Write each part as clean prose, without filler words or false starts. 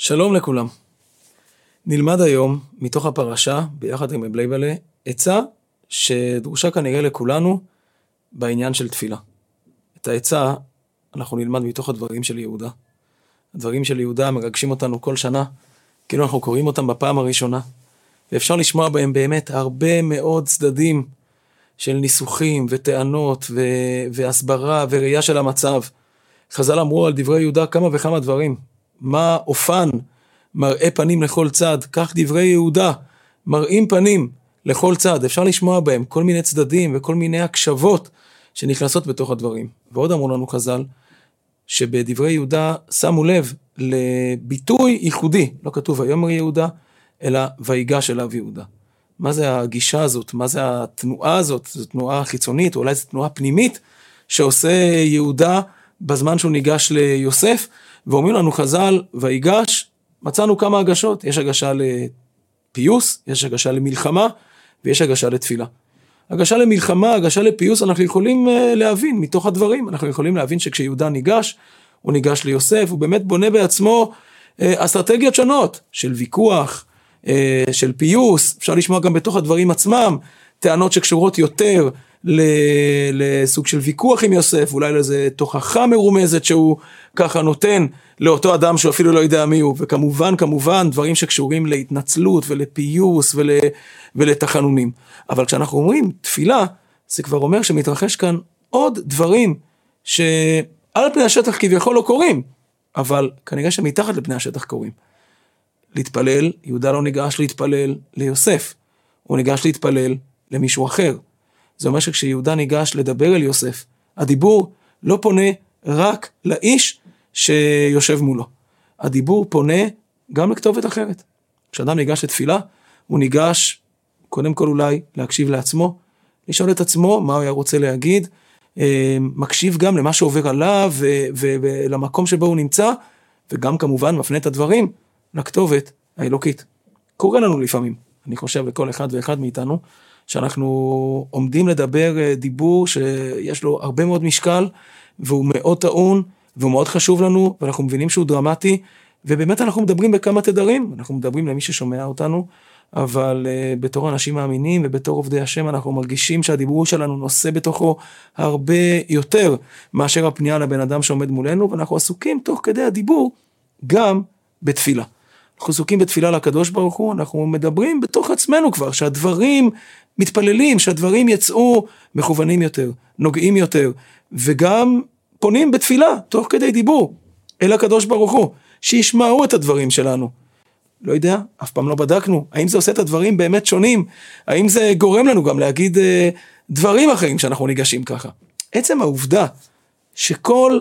שלום לכולם. נלמד היום מתוך הפרשה ביחד עם בלייבלה עצה שדרושה כנראה לכולנו בעניין של תפילה. את העצה אנחנו נלמד מתוך הדברים של יהודה. הדברים של יהודה מרגשים אותנו כל שנה, כאילו אנחנו קוראים אותם בפעם הראשונה, ואפשר לשמוע בהם באמת הרבה מאוד צדדים של ניסוחים וטענות והסברה וראייה של המצב. חז"ל אמרו על דברי יהודה כמה וכמה דברים. מה אופן מראה פנים לכל צד, כך דברי יהודה מראים פנים לכל צד. אפשר לשמוע בהם כל מיני צדדים וכל מיני הקשבות שנכנסות בתוך הדברים. ועוד אמרו לנו חז"ל שבדברי יהודה שמו לב לביטוי ייחודי, לא כתוב ויאמר יהודה, אלא ויגש אליו יהודה. מה זה הגישה הזאת? מה זה התנועה הזאת? זו תנועה חיצונית, או אולי זו תנועה פנימית שעושה יהודה בזמן שהוא ניגש ליוסף, ואומרים לנו חז"ל ויגש, מצאנו כמה הגשות, יש הגשה לפיוס, יש הגשה למלחמה, ויש הגשה לתפילה. הגשה למלחמה, הגשה לפיוס, אנחנו יכולים להבין מתוך הדברים, אנחנו יכולים להבין שכשיהודה ניגש, הוא ניגש ליוסף, הוא באמת בונה בעצמו אסטרטגיות שונות, של ויכוח, של פיוס, אפשר לשמוע גם בתוך הדברים עצמם, טענות שקשורות יותר לסוג של ויכוח עם יוסף, אולי לאיזה תוכחה מרומזת שהוא ככה נותן לאותו אדם שהוא אפילו לא יודע מי הוא, וכמובן דברים שקשורים להתנצלות ולפיוס ולתחנונים. אבל כשאנחנו אומרים תפילה, זה כבר אומר שמתרחש כאן עוד דברים שעל פני השטח כביכול לא קורים, אבל כנראה שמתחת לפני השטח קורים. להתפלל, יהודה לא ניגש להתפלל ליוסף, הוא ניגש להתפלל למישהו אחר. זה אומר שכשיהודה ניגש לדבר אל יוסף, הדיבור לא פונה רק לאיש שיושב מולו. הדיבור פונה גם לכתובת אחרת. כשאדם ניגש לתפילה, הוא ניגש קודם כל אולי להקשיב לעצמו, לשאול את עצמו מה הוא היה רוצה להגיד, מקשיב גם למה שעובר עליו ולמקום שבו הוא נמצא, וגם כמובן מפנה את הדברים לכתובת האלוקית. קורה לנו לפעמים, אני חושב לכל אחד ואחד מאיתנו, שאנחנו עומדים לדבר דיבור שיש לו הרבה מאוד משקל, והוא מאוד טעון, והוא מאוד חשוב לנו, ואנחנו מבינים שהוא דרמטי, ובאמת אנחנו מדברים בכמה תדרים, אנחנו מדברים למי ששומע אותנו, אבל בתור אנשים מאמינים, ובתור עובדי השם, אנחנו מרגישים שהדיבור שלנו נושא בתוכו הרבה יותר, מאשר הפנייה לבן אדם שעומד מולנו, ואנחנו עסוקים תוך כדי הדיבור, גם בתפילה. אנחנו עסוקים בתפילה לקדוש ברוך הוא, אנחנו מדברים בתוך עצמנו כבר, שהדברים מתפללים, שהדברים יצאו מכוונים יותר, נוגעים יותר, וגם פונים בתפילה, תוך כדי דיבור, אל הקדוש ברוך הוא, שישמעו את הדברים שלנו. לא יודע, אף פעם לא בדקנו, האם זה עושה את הדברים באמת שונים, האם זה גורם לנו גם להגיד דברים אחרים שאנחנו ניגשים ככה. עצם העובדה שכל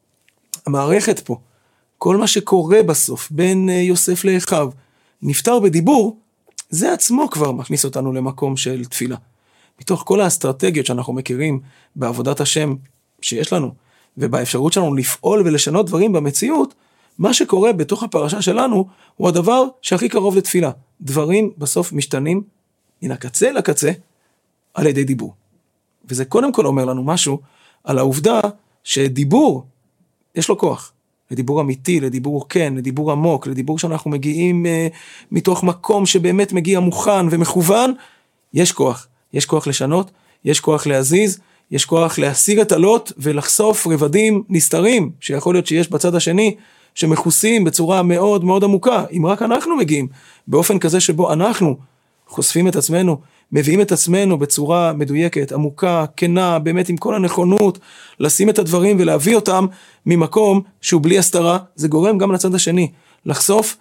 המערכת פה, כל מה שקורה בסוף בין יוסף לאחיו נפטר בדיבור, זה עצמו כבר מכניס אותנו למקום של תפילה. מתוך כל האסטרטגיות שאנחנו מכירים בעבודת השם שיש לנו, ובאפשרות שלנו לפעול ולשנות דברים במציאות, מה שקורה בתוך הפרשה שלנו הוא הדבר שהכי קרוב לתפילה. דברים בסוף משתנים מן הקצה לקצה על ידי דיבור. וזה קודם כל אומר לנו משהו על העובדה שדיבור יש לו כוח. לדיבור אמיתי, לדיבור כן, לדיבור עמוק, לדיבור שאנחנו מגיעים מתוך מקום שבאמת מגיע מוכן ומכוון, יש כוח. יש כוח לשנות, יש כוח להזיז, יש כוח להשיג את הלוט ולחשוף רבדים נסתרים, שיכול להיות שיש בצד השני, שמכוסים בצורה מאוד מאוד עמוקה. אם רק אנחנו מגיעים באופן כזה שבו אנחנו חושפים את עצמנו, מביאים את עצמנו בצורה מדויקת, עמוקה, כנה, באמת עם כל הנכונות, לשים את הדברים ולהביא אותם ממקום שהוא בלי הסתרה, זה גורם גם לצד השני, לחשוף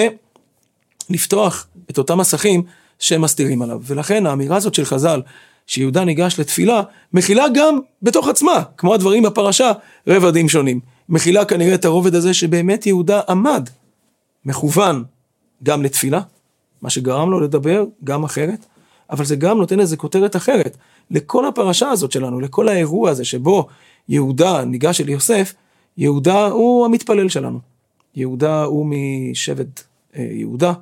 ולפתוח את אותם מסכים שהם מסתירים עליו. ולכן האמירה הזאת של חז"ל, שיהודה ניגש לתפילה, מכילה גם בתוך עצמה, כמו הדברים בפרשה, רבדים שונים. מכילה כנראה את הרובד הזה שבאמת יהודה עמד, מכוון גם לתפילה, מה שגרם לו לדבר גם אחרת, אבל זה גם נותן איזו כותרת אחרת, לכל הפרשה הזאת שלנו, לכל האירוע הזה שבו יהודה ניגש אל יוסף, יהודה הוא המתפלל שלנו, יהודה הוא משבט יהודה,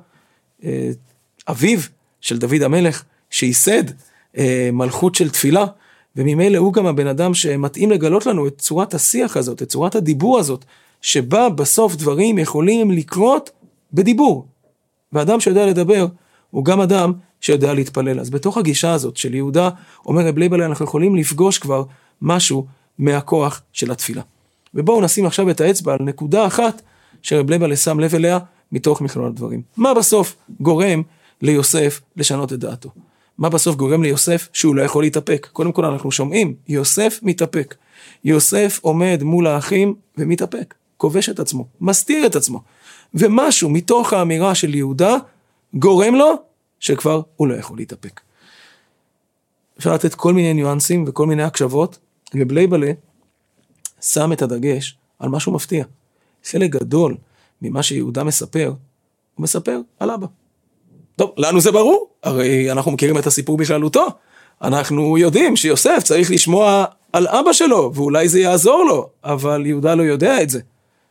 אביו של דוד המלך, שייסד מלכות של תפילה, וממילא הוא גם הבן אדם שמתאים לגלות לנו את צורת השיח הזאת, את צורת הדיבור הזאת, שבה בסוף דברים יכולים לקרות בדיבור. ואדם שיודע לדבר, הוא גם אדם שיודע להתפלל. אז בתוך הגישה הזאת של יהודה, אומר רב לייבלה, אנחנו יכולים לפגוש כבר משהו מהכוח של התפילה. ובואו נשים עכשיו את האצבע על נקודה אחת, שרב לייבלה שם לב אליה, מתוך מכלול הדברים. מה בסוף גורם ליוסף לשנות את דעתו? מה בסוף גורם ליוסף שהוא לא יכול להתאפק? קודם כל אנחנו שומעים, יוסף מתאפק. יוסף עומד מול האחים ומתאפק, כובש את עצמו, מסתיר את עצמו. ומשהו מתוך האמירה של יהודה גורם לו שכבר הוא לא יכול להתאפק. אפשר לתת כל מיני ניואנסים וכל מיני הקשבות, ובלייבלה שם את הדגש על משהו מפתיע. חלק גדול ממה שיהודה מספר, הוא מספר על אבא. טוב, לנו זה ברור, הרי אנחנו מכירים את הסיפור בכללותו, אנחנו יודעים שיוסף צריך לשמוע על אבא שלו, ואולי זה יעזור לו, אבל יהודה לא יודע את זה.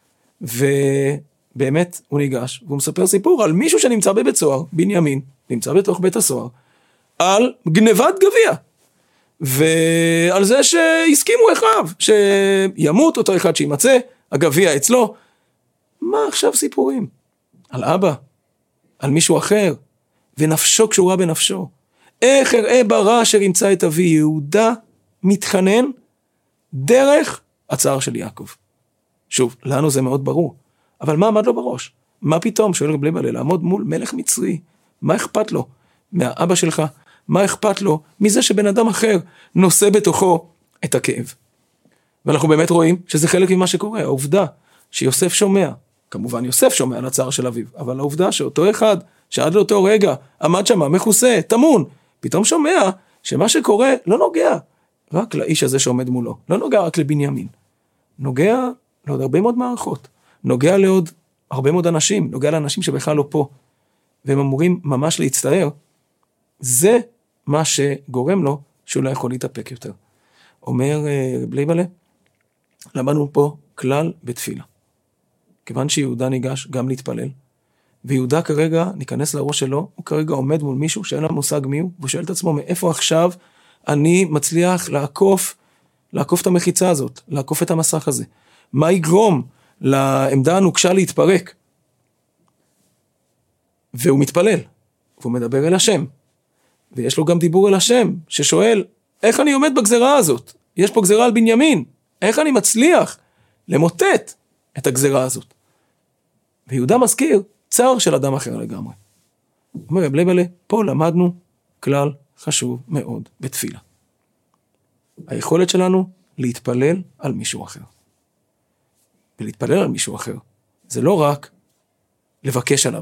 ובאמת הוא ניגש, והוא מספר סיפור על מישהו שנמצא בבית סוהר, בנימין, נמצא בתוך בית הסוהר, על גנבת גביע, ועל זה שהסכימו אחיו, שימות אותו אחד שימצא, הגביע אצלו. מה עכשיו סיפורים? על אבא, על מישהו אחר, ונפשו קשורה בנפשו. איך אראה ברע אשר ימצא את אבי? יהודה מתחנן דרך הצער של יעקב. שוב, לנו זה מאוד ברור, אבל מה עמד לו בראש? מה פתאום? שואל רב לייבלה, לעמוד מול מלך מצרי, מה אכפת לו מהאבא שלך? מה אכפת לו מזה שבן אדם אחר נושא בתוכו את הכאב? ואנחנו באמת רואים שזה חלק ממה שקורה, העובדה שיוסף שומע, כמובן יוסף שומע על הצער של אביו, אבל העובדה שאותו אחד שעד לאותו רגע עמד שם מכוסה, תמון, פתאום שומע שמה שקורה לא נוגע רק לאיש הזה שעומד מולו, לא נוגע רק לבנימין, נוגע לעוד הרבה מאוד מערכות, נוגע לעוד הרבה מאוד אנשים, נוגע לאנשים שבכלל לא פה, והם אמורים ממש להצטער. זה מה שגורם לו שהוא לא יכול להתאפק יותר. אומר רב לייבלה, למדנו פה כלל בתפילה. כיוון שיהודה ניגש גם להתפלל, ויהודה כרגע, ניכנס לראש שלו, הוא כרגע עומד מול מישהו שאין לו מושג מי הוא, והוא שואל את עצמו מאיפה עכשיו אני מצליח לעקוף את המחיצה הזאת, לעקוף את המסך הזה. מה יגרום לעמדה הנוקשה להתפרק? והוא מתפלל, והוא מדבר אל השם, ויש לו גם דיבור אל השם, ששואל, איך אני עומד בגזרה הזאת? יש פה גזרה על בנימין, איך אני מצליח למוטט את הגזרה הזאת? ויהודה מזכיר צער של אדם אחר לגמרי. אומר רב לייבלה, פה למדנו כלל חשוב מאוד בתפילה. היכולת שלנו להתפלל על מישהו אחר. ולהתפלל על מישהו אחר, זה לא רק לבקש עליו.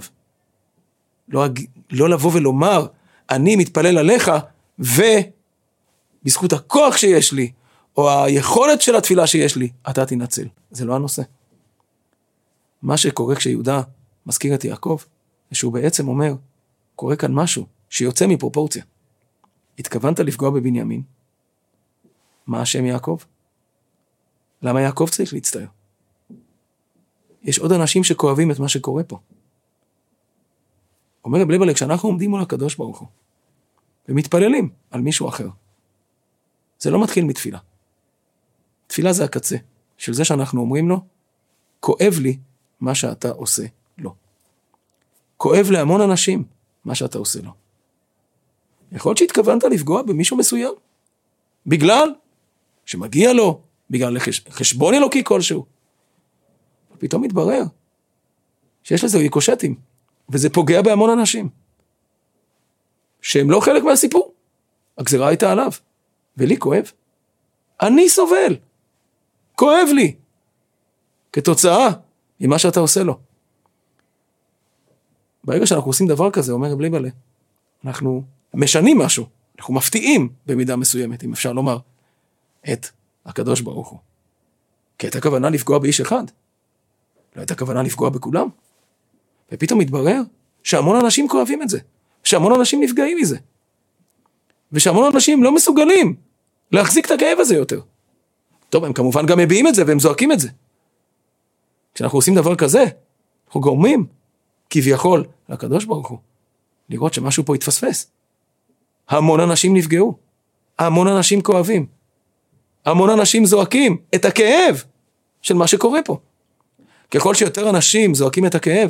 לא לבוא ולומר, אני מתפלל עליך, ובזכות הכוח שיש לי, או היכולת של התפילה שיש לי, אתה תנצל. זה לא הנושא. מה שקורה כשיהודה מזכיר את יעקב, זה שהוא בעצם אומר, קורה כאן משהו שיוצא מפרופורציה. התכוונת לפגוע בבנימין, מה השם יעקב? למה יעקב צריך להצטער? יש עוד אנשים שכואבים את מה שקורה פה. אומר רב לייבלה, כשאנחנו עומדים מול הקדוש ברוך הוא, ומתפללים על מישהו אחר, זה לא מתחיל מתפילה. תפילה זה הקצה, של זה שאנחנו אומרים לו, כואב לי מה שאתה עושה לו. כואב להמון אנשים מה שאתה עושה לו. יכול להיות שהתכוונת לפגוע במישהו מסוים, בגלל שמגיע לו, בגלל חשבון אלוקי כלשהו. פתאום מתברר שיש לזה ריקושטים, וזה פוגע בהמון אנשים, שהם לא חלק מהסיפור. הגזרה הייתה עליו, ולי כואב. אני סובל, כואב לי, כתוצאה ממה שאתה עושה לו. ברגע שאנחנו עושים דבר כזה, אומר רב לייבלה, אנחנו משנים משהו, אנחנו מפתיעים במידה מסוימת, אם אפשר לומר, את הקדוש ברוך הוא. כי הייתה כוונה לפגוע באיש אחד, לא הייתה כוונה לפגוע בכולם. ופתאום מתברר שהמון אנשים כואבים את זה, שהמון אנשים נפגעים מזה, ושהמון אנשים לא מסוגלים להחזיק את הכאב הזה יותר. טוב, הם כמובן גם מביעים את זה, והם זועקים את זה. כשאנחנו עושים דבר כזה, אנחנו גורמים, כביכול, לקדוש ברוך הוא, לראות שמשהו פה יתפספס. המון אנשים נפגעו, המון אנשים כואבים, המון אנשים זועקים את הכאב של מה שקורה פה. ככל שיותר אנשים זועקים את הכאב,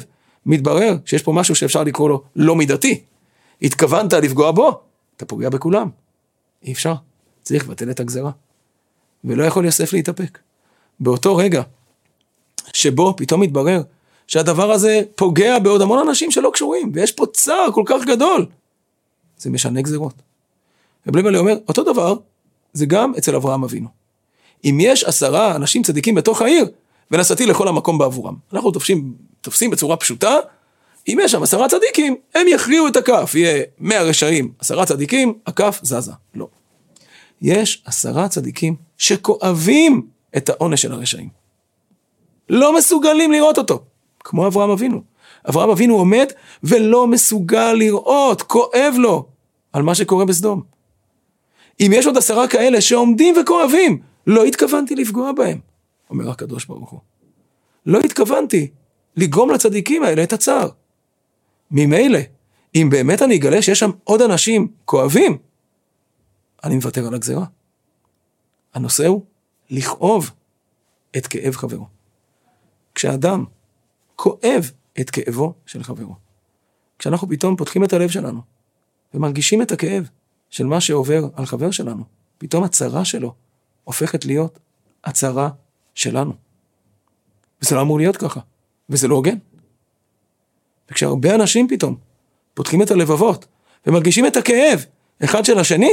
מתברר שיש פה משהו שאפשר לקרוא לו לא מידתי. התכוונת לפגוע בו, אתה פוגע בכולם. אי אפשר, צריך לבטל את הגזרה. ולא יכול יוסף להתאפק. באותו רגע, שבו פתאום מתברר, שהדבר הזה פוגע בעוד המון אנשים שלא קשורים, ויש פה צער כל כך גדול. זה משנה גזרות. רבי אלימלך אומר, אותו דבר, זה גם אצל אברהם אבינו. אם יש 10 אנשים צדיקים בתוך העיר, ונסעתי לכל המקום בעבורם. אנחנו תופסים בצורה פשוטה, אם יש שם 10 צדיקים, הם יכריעו את הכף, יהיה 100 רשעים, 10 צדיקים, הכף זזה. לא. יש 10 צדיקים שכואבים את העונש של הרשעים. לא מסוגלים לראות אותו, כמו אברהם אבינו. אברהם אבינו עומד ולא מסוגל לראות, כואב לו על מה שקורה בסדום. אם יש עוד 10 כאלה שעומדים וכואבים, לא התכוונתי לפגוע בהם, אומר הקדוש ברוך הוא. לא התכוונתי לגרום לצדיקים האלה את הצער. ממילא, אם באמת אני אגלה שיש שם עוד אנשים כואבים, אני מוותר על הגזרה. הנושא הוא לכאוב את כאב חברו. כשאדם כואב את כאבו של חברו, כשאנחנו פתאום פותחים את הלב שלנו, ומרגישים את הכאב של מה שעובר על חבר שלנו, פתאום הצרה שלו הופכת להיות הצרה שלנו. וזה לא אמור להיות ככה, וזה לא הוגן. וכשהרבה אנשים פתאום פותחים את הלבבות, ומרגישים את הכאב אחד של השני,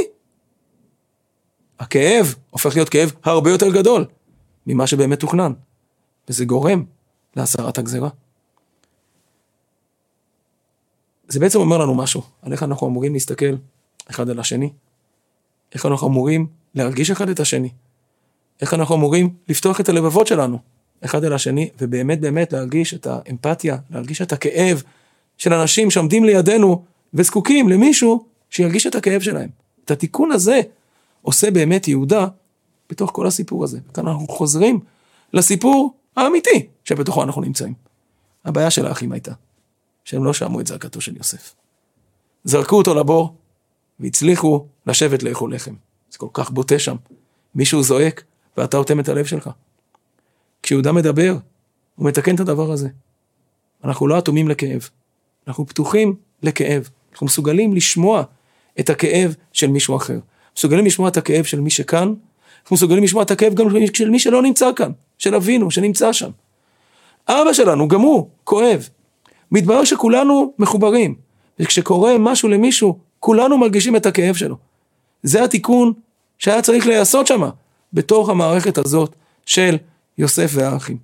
הכאב הופך להיות כאב הרבה יותר גדול, ממה שבאמת תוכנן. וזה גורם להסרת הגזרה. זה בעצם אומר לנו משהו, על איך אנחנו אמורים להסתכל אחד על השני, איך אנחנו אמורים להרגיש אחד את השני, איך אנחנו אמורים לפתוח את הלבבות שלנו, אחד אל השני, ובאמת באמת להרגיש את האמפתיה, להרגיש את הכאב של אנשים שעומדים לידינו, וזקוקים למישהו שירגיש את הכאב שלהם. את התיקון הזה עושה באמת יהודה בתוך כל הסיפור הזה. כאן אנחנו חוזרים לסיפור האמיתי שבתוכו אנחנו נמצאים. הבעיה של האחים הייתה, שהם לא שמעו את זעקתו של יוסף. זרקו אותו לבור, והצליחו לשבת לאכול לחם. זה כל כך בוטה שם. מישהו זועק, ואתה אוטם את הלב שלך. כשיהודה מדבר, הוא מתקן את הדבר הזה. אנחנו לא אטומים לכאב. אנחנו פתוחים לכאב. אנחנו מסוגלים לשמוע את הכאב של מישהו אחר. מסוגלים לשמוע את הכאב של מי שכאן, אנחנו מסוגלים לשמוע את הכאב גם של מי שלא נמצא כאן, של אבינו, שנמצא שם. אבא שלנו, גם הוא, כואב. מתברר שכולנו מחוברים. וכשקורה משהו למישהו, כולנו מרגישים את הכאב שלו. זה התיקון שהיה צריך לעשות שם, בתוך המערכת הזאת של יוסף והאחים.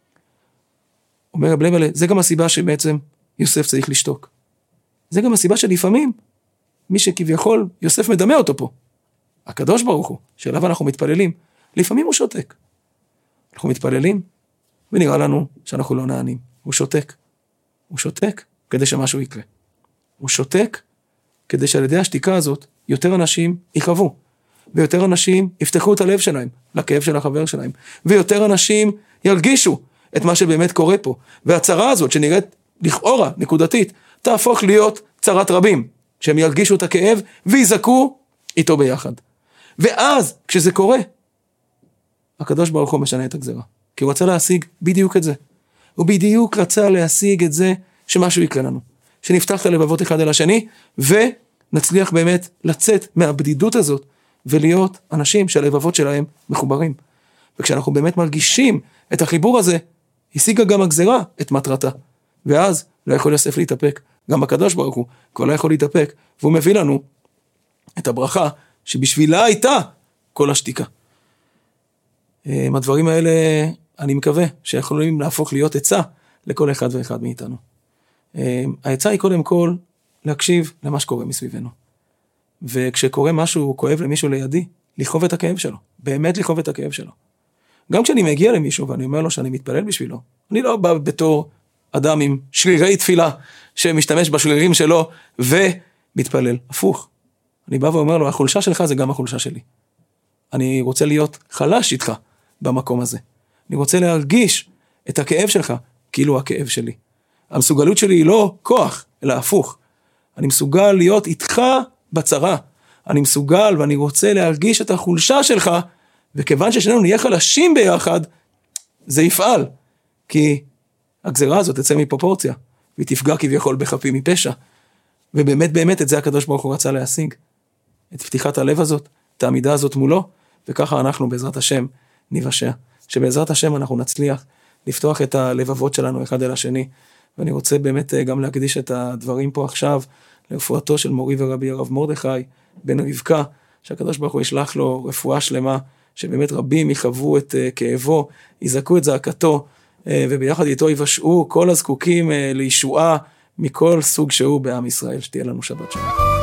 אומר רבי אלימלך, זה גם הסיבה שבעצם יוסף צריך לשתוק. זה גם הסיבה שלפעמים, מי שכביכול יוסף מדמה אותו פה, הקדוש ברוך הוא, שאליו אנחנו מתפללים, לפעמים הוא שותק. אנחנו מתפללים, ונראה לנו שאנחנו לא נענים. הוא שותק. הוא שותק כדי שמשהו יקרה. הוא שותק כדי שעל ידי השתיקה הזאת, יותר אנשים יכאבו, ויותר אנשים יפתחו את הלב שלהם, לכאב של החבר שלהם, ויותר אנשים ירגישו את מה שבאמת קורה פה. והצרה הזאת, שנראית לכאורה, נקודתית, תהפוך להיות צרת רבים, שהם ירגישו את הכאב, ויזעקו איתו ביחד. ואז, כשזה קורה, הקדוש ברוך הוא משנה את הגזרה. כי הוא רצה להשיג בדיוק את זה. הוא בדיוק רצה להשיג את זה, שמשהו יקרה לנו. שנפתח את הלבבות אחד אל השני, ונצליח באמת לצאת מהבדידות הזאת, ולהיות אנשים שהלבבות שלהם מחוברים. וכשאנחנו באמת מרגישים את החיבור הזה, השיגה גם הגזרה את מטרתה. ואז לא יכול יוסף להתאפק. גם הקדוש ברוך הוא כבר לא יכול להתאפק, והוא מביא לנו את הברכה שבשבילה הייתה כל השתיקה. הדברים האלה, אני מקווה שיכולים להפוך להיות עצה לכל אחד ואחד מאיתנו. העצה היא קודם כל להקשיב למה שקורה מסביבנו. וכשקורה משהו כואב למישהו לידי, לכאוב את הכאב שלו. באמת לכאוב את הכאב שלו. גם כשאני מגיע למישהו ואני אומר לו שאני מתפלל בשבילו, אני לא בא בתור אדם עם שרירי תפילה שמשתמש בשרירים שלו ומתפלל. הפוך. אני בא ואומר לו, החולשה שלך זה גם החולשה שלי. אני רוצה להיות חלש איתך במקום הזה. אני רוצה להרגיש את הכאב שלך כאילו הכאב שלי. המסוגלות שלי היא לא כוח, אלא הפוך. אני מסוגל להיות איתך בצרה. אני מסוגל ואני רוצה להרגיש את החולשה שלך, וכיוון ששנינו נהיה חלשים ביחד, זה יפעל. כי הגזרה הזאת תצא מפרופורציה. והיא תפגע כביכול בחפים מפשע. ובאמת באמת את זה הקדוש ברוך הוא רצה להשיג. את פתיחת הלב הזאת, את העמידה הזאת מולו, וככה אנחנו בעזרת השם ניוושע. שבעזרת השם אנחנו נצליח לפתוח את הלבבות שלנו אחד אל השני. ואני רוצה באמת גם להקדיש את הדברים פה עכשיו, לרפואתו של מורי ורבי הרב מרדכי בן רבקה, שהקדוש ברוך הוא ישלח לו רפואה שלמה, שבאמת רבים יחוו את כאבו, יזעקו את זעקתו, וביחד איתו יבשעו כל הזקוקים לישועה מכל סוג שהוא בעם ישראל. שתהיה לנו שבת שלום.